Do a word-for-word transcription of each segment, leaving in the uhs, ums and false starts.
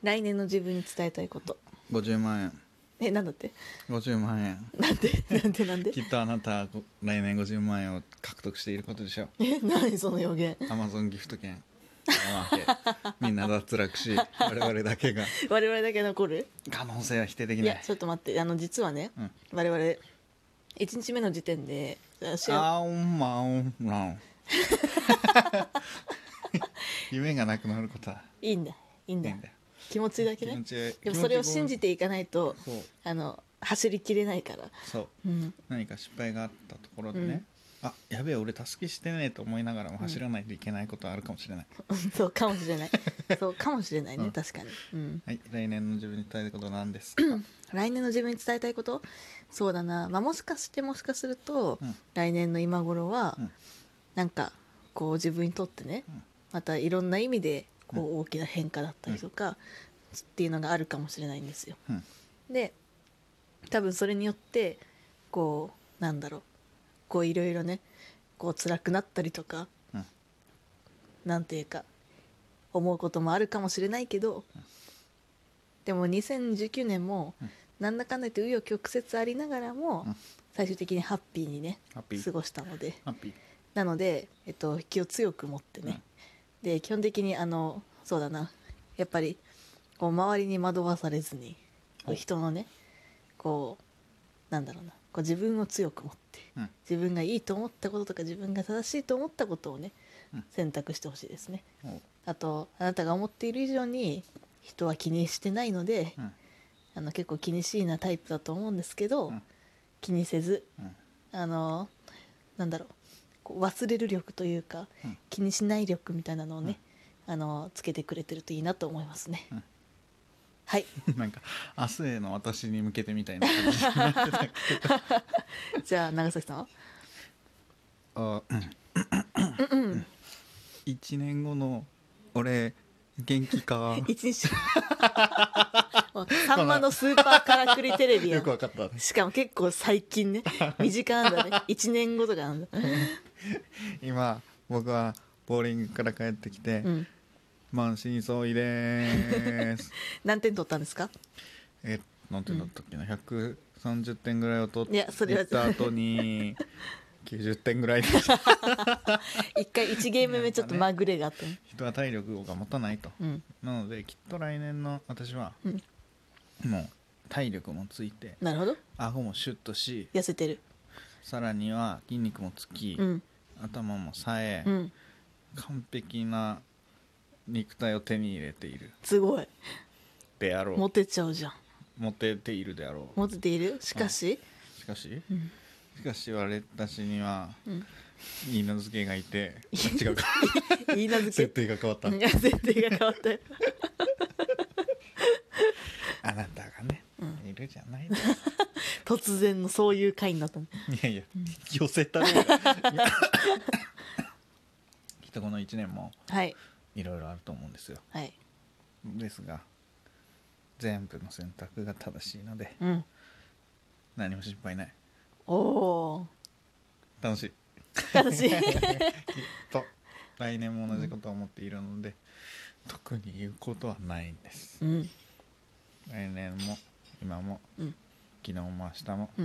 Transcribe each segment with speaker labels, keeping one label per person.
Speaker 1: 来年の自分に伝えたいこと。
Speaker 2: ごじゅうまんえん。
Speaker 1: え、なんだって。
Speaker 2: ごじゅうまんえん。
Speaker 1: なんでなんでなんで
Speaker 2: きっとあなたは来年ごじゅうまんえんを獲得していることでしょう。
Speaker 1: え、何その予言。
Speaker 2: アマゾンギフト券おまけみんな脱落し我々だけが
Speaker 1: 我々だけ残る。
Speaker 2: 可能性は否定でき
Speaker 1: い
Speaker 2: ない。
Speaker 1: やちょっと待って、あの実はね、
Speaker 2: うん、
Speaker 1: 我々いちにちめの時点で私は
Speaker 2: あーんまおんらん夢がなくなることはい
Speaker 1: いんだいいんだ
Speaker 2: いいんだよ。
Speaker 1: 気持ちだけね。
Speaker 2: 気持ちで
Speaker 1: でもそれを信じていかないと
Speaker 2: そう
Speaker 1: あの走りきれないから。
Speaker 2: そう、
Speaker 1: うん、
Speaker 2: 何か失敗があったところでね、うん、あやべえ俺助けしてねえと思いながらも走らないといけないことはあるかもしれない、
Speaker 1: うん、そうかもしれないそうかもしれないね、
Speaker 2: うん、
Speaker 1: 確かに、うん、
Speaker 2: はい。来年の自分に伝えることは何ですか？
Speaker 1: 来年の自分に伝えたいこと、そうだな、まあ、もしかしてもしかすると、うん、来年の今頃は、うん、なんかこう自分にとってね、うん、またいろんな意味でこう大きな変化だったりとか、うん、っていうのがあるかもしれないんですよ、うん、で多分それによってこうなんだろうこういろいろねこう辛くなったりとか、うん、なんていうか思うこともあるかもしれないけど、うん、でもにせんじゅうきゅうねんも、うん、なんだかんだ言って紆余曲折ありながらも、うん、最終的にハッピーにね過ごしたので、なので、えっと、気を強く持ってね、うん、で基本的にあのそうだなやっぱりこう周りに惑わされずにこう人のねこうなんだろうなこう自分を強く持って、うん、自分がいいと思ったこととか自分が正しいと思ったことをね、うん、選択してほしいですね。あとあなたが思っている以上に人は気にしてないので、うん、あの結構気にしいなタイプだと思うんですけど、うん、気にせず、うん、あのなんだろうこう忘れる力というか、うん、気にしない力みたいなのをね、うん、あのつけてくれてるといいなと思いますね、うん、はい
Speaker 2: なんか明日への私に向けてみたいな感じになってたけど
Speaker 1: じゃあ長崎さんは
Speaker 2: あうんいちねんごの俺元気か
Speaker 1: 一日さんまのスーパーからくりテレビや
Speaker 2: よくわかった、ね、
Speaker 1: しかも結構最近ね身近なんだねいちねんごとかなんだ
Speaker 2: 今僕はボーリングから帰ってきて、うん、満身創痍です
Speaker 1: 何点取ったんですか？
Speaker 2: え何点だったっけな、うん、ひゃくさんじゅってんぐらいを取
Speaker 1: ってい
Speaker 2: った後にきゅうじゅってんぐらいで
Speaker 1: 一回いちゲーム目ちょっとまぐれがあった、ね、
Speaker 2: 人は体力が持たないと、うん、なのできっと来年の私は、うん、もう体力もついて
Speaker 1: なるほど
Speaker 2: 顎もシュッとし
Speaker 1: 痩せてる
Speaker 2: さらには筋肉もつき、うん、頭も冴え、うん、完璧な肉体を手に入れている
Speaker 1: すごい
Speaker 2: であろう
Speaker 1: モテちゃうじゃん
Speaker 2: モテているであろう
Speaker 1: モテているしかし、
Speaker 2: うん、しかし、うんしかし私には、うん、いい名付けがいて違うか
Speaker 1: いい名付け
Speaker 2: 設定が変わった
Speaker 1: 設定が変わったよ
Speaker 2: あなたがね、うん、いるじゃない
Speaker 1: 突然のそういう回になった、ね、
Speaker 2: いやいや、うん、寄せたねきっとこのいちねんも、はい、いろいろあると思うんですよ、はい、ですが全部の選択が正しいので、うん、何も心配ない。
Speaker 1: おお
Speaker 2: 楽しい
Speaker 1: 楽しいきっ
Speaker 2: と来年も同じことを思っているので、うん、特に言うことはないんです、うん、来年も今も、うん、昨日も明日も、うん、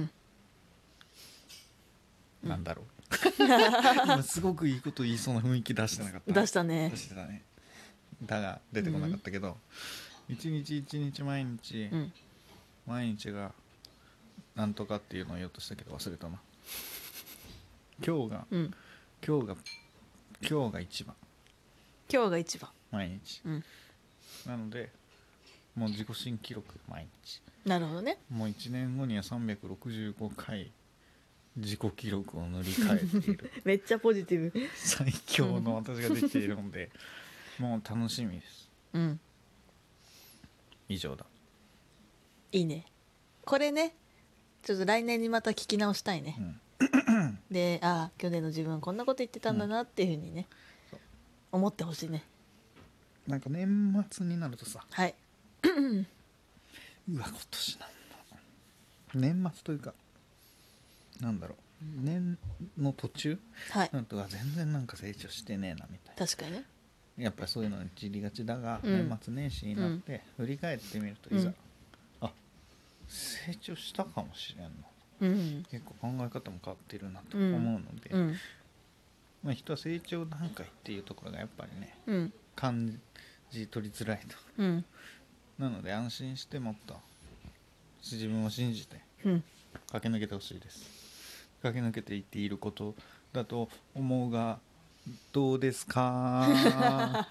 Speaker 2: なんだろう今すごくいいこと言いそうな雰囲気出してなかった？
Speaker 1: 出したね
Speaker 2: 出してたね。だが出てこなかったけど、うん、一日一日毎日、うん、毎日がなんとかっていうのを言おうとしたけど忘れたな。今日が、うん、今日が今日が一番
Speaker 1: 今日が一番
Speaker 2: 毎日、うん、なのでもう自己新記録毎日。
Speaker 1: なるほどね。
Speaker 2: もういちねんごにはさんびゃくろくじゅうごかい自己記録を塗り替えている
Speaker 1: めっちゃポジティブ
Speaker 2: 最強の私ができているのでもう楽しみです、うん、以上だ。
Speaker 1: いいねこれね。ちょっと来年にまた聞き直したいね、うん、でああ去年の自分こんなこと言ってたんだなっていうふうにね、うん、思ってほしいね。
Speaker 2: なんか年末になるとさ、はいうわ今年なんだ年末というかなんだろう年の途中、はい、なんとか全然なんか成長してねえなみたいな。
Speaker 1: 確かにね。
Speaker 2: やっぱそういうのに散りがちだが、
Speaker 1: うん
Speaker 2: 年末年始になって振り返ってみるといざ、うん、あ成長したかもしれんの、うん、結構考え方も変わっているなと思うので、うんうん、まあ、人は成長段階っていうところがやっぱりね、うん、感じ取りづらいと、うん、なので安心してもっと自分を信じて駆け抜けてほしいです。駆け抜けていっていることだと思うがどうですか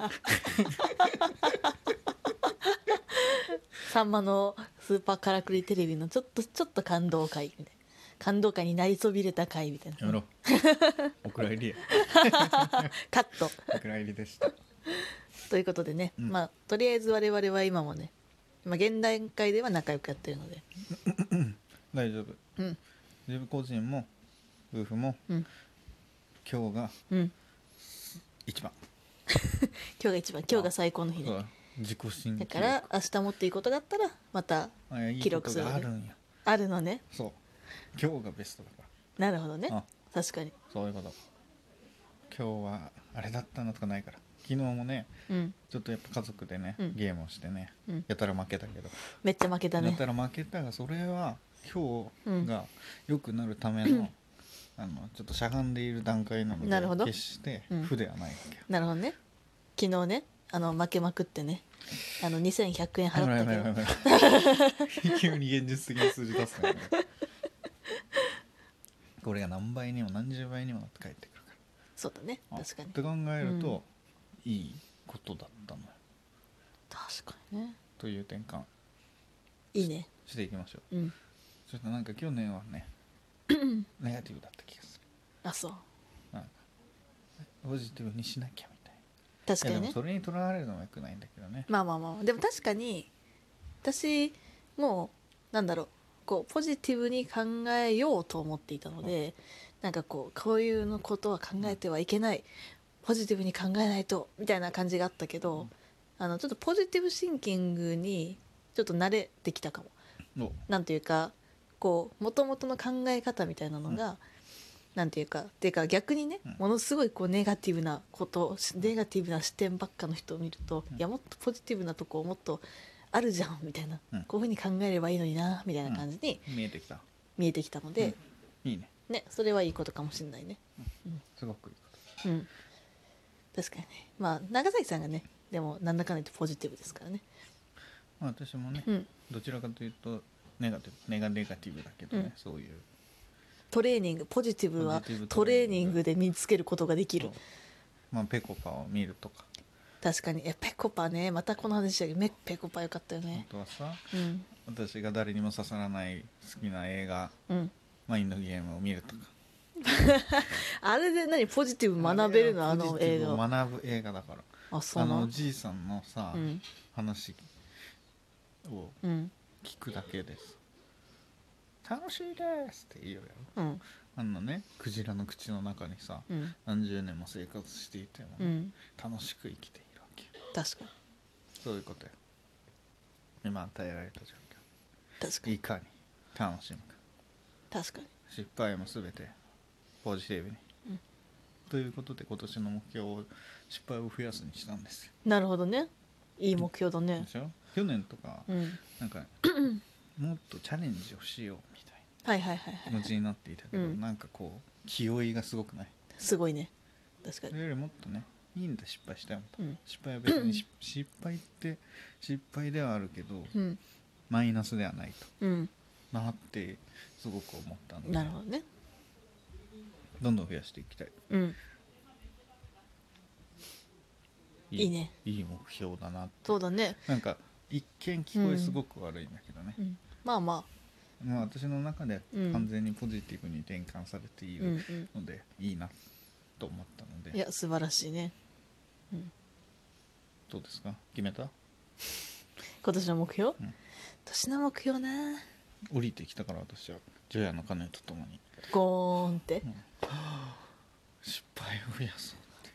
Speaker 1: さんまのスーパーカラクリテレビのちょっとちょっと感動回みたいな、感動回になりそびれた回みたいな。
Speaker 2: やめろお蔵入りや
Speaker 1: カット
Speaker 2: お蔵入りでした
Speaker 1: ということでね、うん、まあとりあえず我々は今もね、まあ、現段階では仲良くやってるので
Speaker 2: 大丈夫、うん、自分個人も夫婦も、うん、今日が一番、
Speaker 1: うん、今日が一番、今日が最高の日ね。
Speaker 2: 自己新記録
Speaker 1: だから明日もっていいことだったらまた記録する、
Speaker 2: いいことがあるんや。
Speaker 1: あるのね。
Speaker 2: そう今日がベストだから。
Speaker 1: なるほどね。確かに
Speaker 2: そういうこと。今日はあれだったのとかないから。昨日もね、うん、ちょっとやっぱ家族でね、うん、ゲームをしてね、うん、やたら負けたけど
Speaker 1: めっちゃ負けたね。
Speaker 2: やたら負けたがそれは今日が良くなるための、うん、あのちょっとしゃがんでいる段階なので決して負ではないわけ、うん、
Speaker 1: なるほどね。昨日ねあの負けまくってね、あのにせんひゃくえん払ったけど
Speaker 2: 急に現実的な数字出すからねこれが何倍にも何十倍にもなって帰ってくるから。
Speaker 1: そうだね、確かに
Speaker 2: って考えると、うん、いいことだったのよ。
Speaker 1: 確かにね。
Speaker 2: という転換
Speaker 1: いいね
Speaker 2: していきましょう、
Speaker 1: うん、
Speaker 2: ちょっとなんか去年はねネガティブだった気がする。
Speaker 1: あ、そう。
Speaker 2: なんかポジティブにしなきゃみたい
Speaker 1: な。確かにね。
Speaker 2: でもそれにとらわれるのもよくないんだけどね。
Speaker 1: まあまあまあでも確かに私もうなんだろう、こうポジティブに考えようと思っていたので、なんかこうこういうのことは考えてはいけない、ポジティブに考えないとみたいな感じがあったけど、うん、あのちょっとポジティブシンキングにちょっと慣れてきたかも。なんていうかこう元々の考え方みたいなのが、うん、なんていうかっていうか逆にね、うん、ものすごいこうネガティブなことネガティブな視点ばっかの人を見ると、うん、いやもっとポジティブなとこもっとあるじゃんみたいな、うん、こういうふうに考えればいいのになみたいな感じに、
Speaker 2: うん、見えてきた
Speaker 1: 見えてきたので、
Speaker 2: うん、いいね
Speaker 1: ね、それはいいことかもしれないね、
Speaker 2: うんうん、すごくいいこと、
Speaker 1: うん、確かにね。まあ長崎さんがねでもなんだかんだ言ってポジティブですからね。
Speaker 2: まあ、私もね、うん、どちらかというとネガティブネガネガティブだけどね、うん、そういう
Speaker 1: トレーニングポジティブはトレーニングで身につけることができる。
Speaker 2: まあペコパを見るとか。
Speaker 1: 確かにえペコパね、またこの話だけどめペコパよかったよね。
Speaker 2: 本当はさ、うん、私が誰にも刺さらない好きな映画、うん、マインドゲームを見るとか
Speaker 1: あれで何ポジティブ学べるの？あの映画
Speaker 2: ポジティブを学ぶ映画だから。
Speaker 1: あ、そうな。
Speaker 2: あのおじいさんのさ、うん、話を聞くだけです、うん、楽しいですって言うよ、うん、あのねクジラの口の中にさ、うん、何十年も生活していても、ね、うん、楽しく生きているわけ。
Speaker 1: 確かに
Speaker 2: そういうことよ。今与えられた状況、
Speaker 1: 確かに
Speaker 2: いかに楽しむか。
Speaker 1: 確かに
Speaker 2: 失敗もすべてポジティブに、うん、ということで今年の目標を失敗を増やすにしたんですよ。
Speaker 1: なるほどね、いい目標だね。
Speaker 2: でしょ。去年とか、うん、なんかもっとチャレンジをしようみたいな気持ちになっていたけど、なんかこう気負いがすごくない？
Speaker 1: すごいね。確かに。
Speaker 2: それよりもっとね、いいんだ失敗したよと、うん、失敗は別に失敗って失敗ではあるけど、うん、マイナスではないと、うん、なってすごく思ったので。
Speaker 1: なるほどね。
Speaker 2: どんどん増やしていきたい。
Speaker 1: うん。いい、いいね。
Speaker 2: いい目標だなって。
Speaker 1: そうだね。
Speaker 2: なんか一見聞こえすごく悪いんだけどね、
Speaker 1: うんうん、まあまあ
Speaker 2: まあ私の中で完全にポジティブに転換されているので、うんうん、いいなと思ったので。
Speaker 1: いや素晴らしいね、うん、
Speaker 2: どうですか？決めた？
Speaker 1: 今年の目標、うん、年の目標な。
Speaker 2: 降りてきたから私は除夜の鐘とともに
Speaker 1: ゴーンって、うん、
Speaker 2: 失敗を増やそうって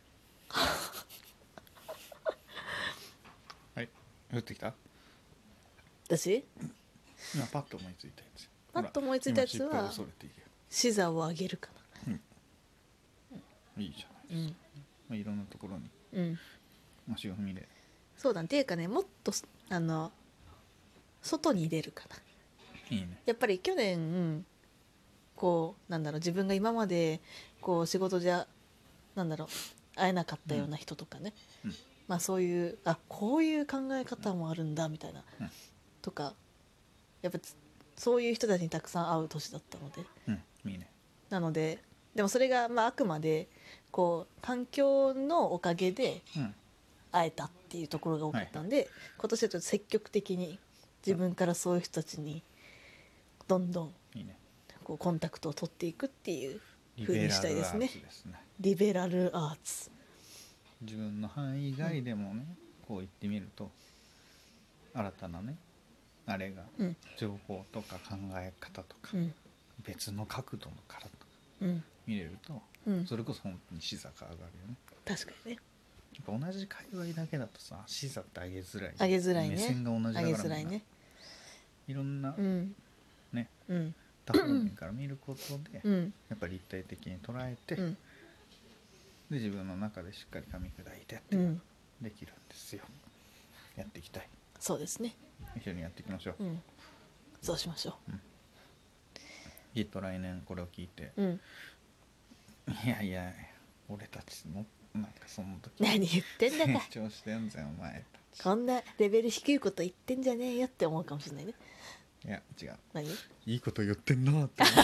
Speaker 2: はい降ってきた？
Speaker 1: 私
Speaker 2: 今パッと思いついたやつ。
Speaker 1: パッと思いついたやつは視座を上げるかな、
Speaker 2: うん、いいじゃないですか、うん、まあ、いろんなところに足を踏み入れる。
Speaker 1: そうだねっていうかねもっとあの外に出るかな。
Speaker 2: いいね。
Speaker 1: やっぱり去年こうなんだろう自分が今までこう仕事じゃなんだろう会えなかったような人とかね、
Speaker 2: うんうん、
Speaker 1: まあそういうあこういう考え方もあるんだみたいな、
Speaker 2: うん、
Speaker 1: とかやっぱそういう人たちにたくさん会う年だったので、
Speaker 2: うん、いいね。
Speaker 1: なのででもそれがまああくまでこう環境のおかげで会えたっていうところが多かったんで、はい、今年はちょっと積極的に自分からそういう人たちにどんどんこうコンタクトを取っていくっていう風にしたいですね。リベラルアーツ。
Speaker 2: 自分の範囲外でもね、うん、こう言ってみると新たなねあれが、うん、情報とか考え方とか、うん、別の角度のからとか、うん、見れると、うん、それこそ本当に視座が上がるよね。
Speaker 1: 確かにね。
Speaker 2: やっぱ同じ界隈だけだとさ視座って上げづらい。
Speaker 1: 上げづらいね。
Speaker 2: 目線が同じだから
Speaker 1: 上げづらいね。
Speaker 2: いろんな、
Speaker 1: うん、
Speaker 2: ね、
Speaker 1: うん、
Speaker 2: 多方面から見ることで、うん、やっぱり立体的に捉えて、うん、で自分の中でしっかり噛み砕いてってできるんですよ、うん、やっていきたい。
Speaker 1: そうですね。
Speaker 2: 一緒にやっていきましょう、
Speaker 1: うん、そうしましょう、うん、
Speaker 2: きっと来年これを聞いて、
Speaker 1: うん、
Speaker 2: いやいや俺たちもなんかその時
Speaker 1: 何言ってんだか
Speaker 2: 成長してんぜんお前たち
Speaker 1: こんなレベル低いこと言ってんじゃねえよって思うかもしれないね。
Speaker 2: いや違う。
Speaker 1: 何？
Speaker 2: いいこと言ってんなって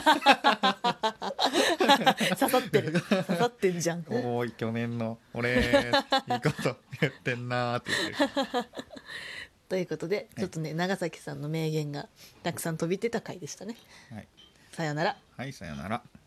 Speaker 1: 刺さってる刺さってんじゃん。
Speaker 2: おーい去年の俺いいこと言ってんなって言ってる
Speaker 1: ということでちょっとね、はい、長崎さんの名言がたくさん飛び出た回でしたね。
Speaker 2: はい、
Speaker 1: さよなら。
Speaker 2: はい、さよなら。